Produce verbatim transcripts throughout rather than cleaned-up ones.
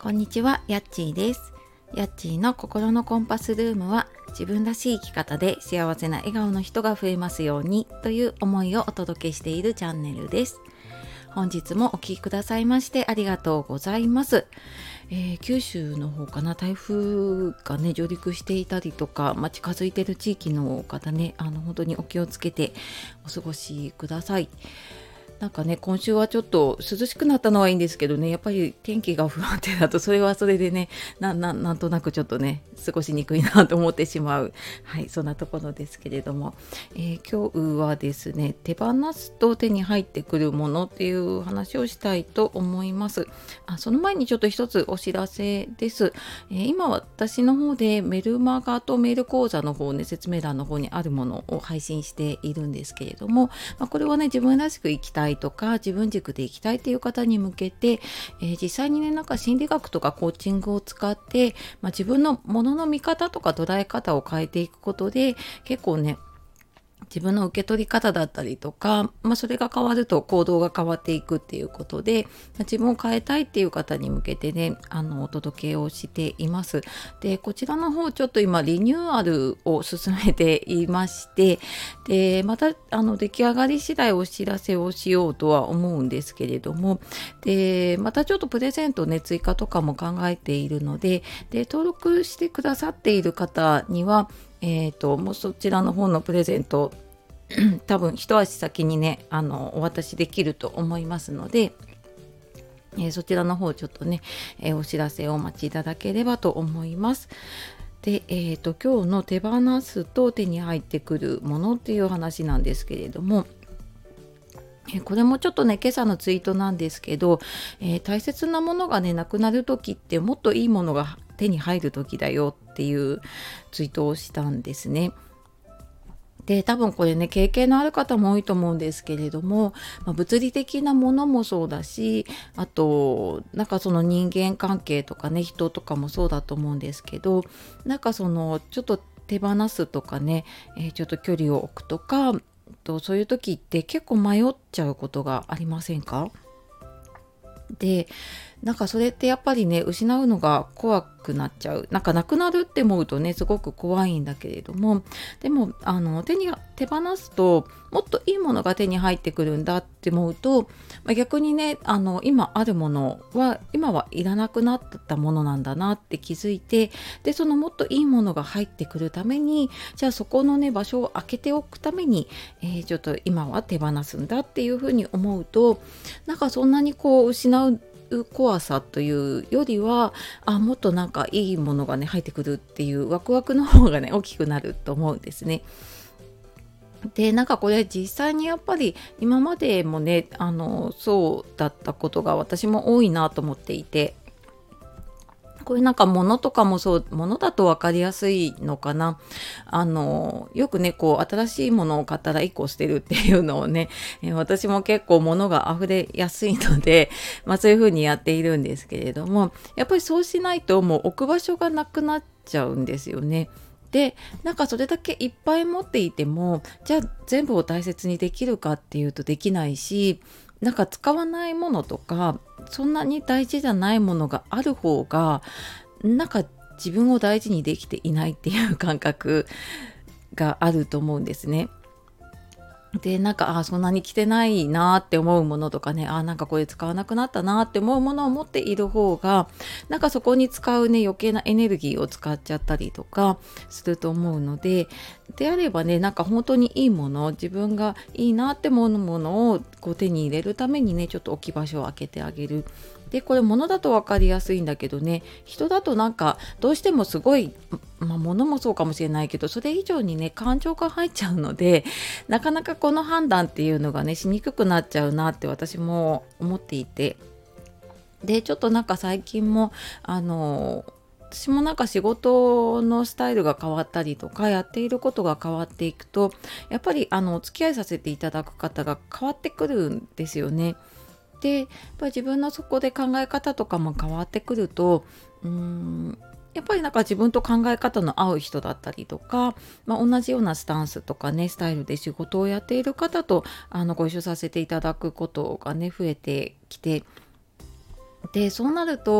こんにちは、やっちーです。やっちーの心のコンパスルームは、自分らしい生き方で幸せな笑顔の人が増えますようにという思いをお届けしているチャンネルです。本日もお聞きくださいましてありがとうございます。えー、九州の方かな、台風がね上陸していたりとか、まあ、近づいている地域の方ね、あの本当にお気をつけてお過ごしください。なんかね、今週はちょっと涼しくなったのはいいんですけどね、やっぱり天気が不安定だとそれはそれでね、な、な、なんとなくちょっとね過ごしにくいなと思ってしまう、はい、そんなところですけれども、えー、今日はですね、手放すと手に入ってくるものっていう話をしたいと思います。あ、その前にちょっと一つお知らせです。えー、今私の方でメルマガとメール講座の方ね、説明欄の方にあるものを配信しているんですけれども、まあ、これはね、自分らしく生きたいとか自分軸で生きたいという方に向けて、えー、実際にね、なんか心理学とかコーチングを使って、まあ、自分のものの見方とか捉え方を変えていくことで、結構ね、自分の受け取り方だったりとか、まあ、それが変わると行動が変わっていくっていうことで、まあ、自分を変えたいっていう方に向けてね、あのお届けをしています。で、こちらの方ちょっと今リニューアルを進めていまして、でまたあの出来上がり次第お知らせをしようとは思うんですけれども、でまたちょっとプレゼントね、追加とかも考えているので、で登録してくださっている方にはえーと、もうそちらの方のプレゼント多分一足先にね、あのお渡しできると思いますので、えー、そちらの方ちょっとね、えー、お知らせをお待ちいただければと思います。で、えーと、今日の手放すと手に入ってくるものっていう話なんですけれども、えこれもちょっとね、今朝のツイートなんですけど、えー、大切なものがねなくなる時ってもっといいものが手に入る時だよっていうツイートをしたんですね。で、多分これね、経験のある方も多いと思うんですけれども、まあ、物理的なものもそうだし、あとなんかその人間関係とかね、人とかもそうだと思うんですけど、なんかそのちょっと手放すとかね、えーちょっと距離を置くとかと、そういう時って結構迷っちゃうことがありませんか？で、なんかそれってやっぱりね、失うのが怖くなっちゃう。なんかなくなるって思うとね、すごく怖いんだけれども、でもあの手に手放すともっといいものが手に入ってくるんだって思うと、まあ、逆にね、あの今あるものは今はいらなくなったものなんだなって気づいて、でそのもっといいものが入ってくるために、じゃあそこのね場所を空けておくために、えーちょっと今は手放すんだっていうふうに思うと、なんかそんなにこう失う怖さというよりは、あ、もっとなんかいいものがね入ってくるっていうワクワクの方がね大きくなると思うんですね。で、なんかこれ実際にやっぱり今までもね、あのそうだったことが私も多いなと思っていて、こういうなんか物とかもそう、物だと分かりやすいのかな。あの、よくね、こう、新しいものを買ったらいっこ捨てるっていうのをね、えー私も結構物が溢れやすいので、まあそういう風にやっているんですけれども、やっぱりそうしないともう置く場所がなくなっちゃうんですよね。で、なんかそれだけいっぱい持っていても、じゃあ全部を大切にできるかっていうとできないし、なんか使わないものとかそんなに大事じゃないものがある方が、なんか自分を大事にできていないっていう感覚があると思うんですね。で、なんか、あ、そんなに着てないなって思うものとかね、あ、なんかこれ使わなくなったなって思うものを持っている方が、なんかそこに使うね、余計なエネルギーを使っちゃったりとかすると思うので、であればね、なんか本当にいいもの、自分がいいなって思うものをこう手に入れるためにね、ちょっと置き場所を空けてあげる。で、これ物だと分かりやすいんだけどね、人だとなんかどうしてもすごい、まあ物もそうかもしれないけど、それ以上にね、感情が入っちゃうので、なかなかこの判断っていうのがねしにくくなっちゃうなって私も思っていて、でちょっとなんか最近もあの私もなんか仕事のスタイルが変わったりとかやっていることが変わっていくと、やっぱりあのお付き合いさせていただく方が変わってくるんですよね。で、やっぱり自分のそこで考え方とかも変わってくると、うーんやっぱりなんか自分と考え方の合う人だったりとか、まあ、同じようなスタンスとかねスタイルで仕事をやっている方とあのご一緒させていただくことがね増えてきて、でそうなると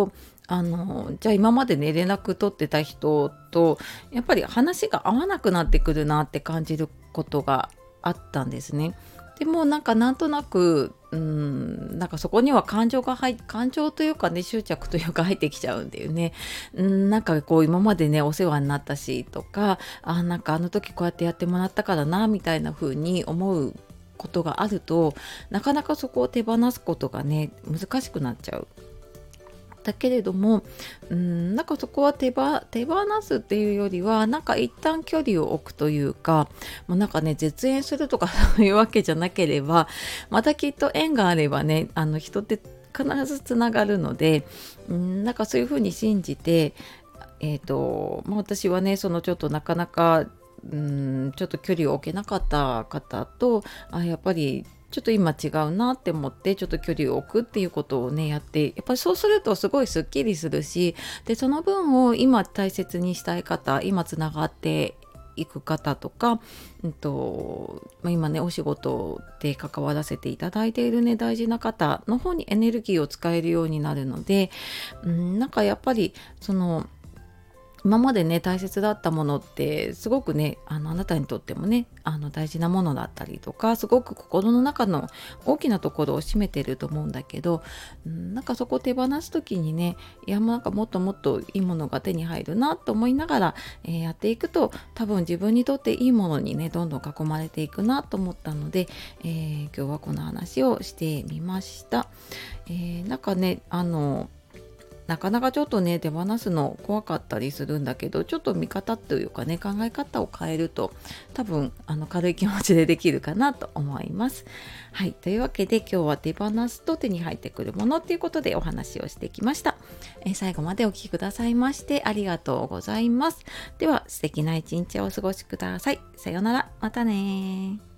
あのじゃあ今までね連絡取ってた人とやっぱり話が合わなくなってくるなって感じることがあったんですね。でもなんかなんとなくうーんなんかそこには感情が入感情というかね執着というか入ってきちゃうんだよね。うんなんかこう今までねお世話になったしとかあなんかあの時こうやってやってもらったからなみたいな風に思うことがあるとなかなかそこを手放すことがね難しくなっちゃう。だけれども、うん、なんかそこは手ば手放すっていうよりはなんか一旦距離を置くというかもうなんかね絶縁するとかそういうわけじゃなければまたきっと縁があればねあの人って必ずつながるので、うん、なんかそういうふうに信じて、えーとまあ、私はねそのちょっとなかなかうんちょっと距離を置けなかった方とあやっぱりちょっと今違うなって思ってちょっと距離を置くっていうことをねやってやっぱりそうするとすごいすっきりするしでその分を今大切にしたい方今つながっていく方とか、うんとまあ、今ねお仕事で関わらせていただいているね大事な方の方にエネルギーを使えるようになるので、うん、なんかやっぱりその今までね大切だったものってすごくねあのあなたにとってもねあの大事なものだったりとかすごく心の中の大きなところを占めてると思うんだけど、うん、なんかそこを手放す時にねいやなんかもっともっといいものが手に入るなと思いながら、えーやっていくと多分自分にとっていいものにねどんどん囲まれていくなと思ったので、えー今日はこの話をしてみました。えーなんかねあのなかなかちょっとね手放すの怖かったりするんだけどちょっと見方というかね考え方を変えると多分あの軽い気持ちでできるかなと思います。はいというわけで今日は手放すと手に入ってくるものっていうことでお話をしてきました。えー最後までお聞きくださいましてありがとうございます。では素敵な一日をお過ごしください。さようならまたね。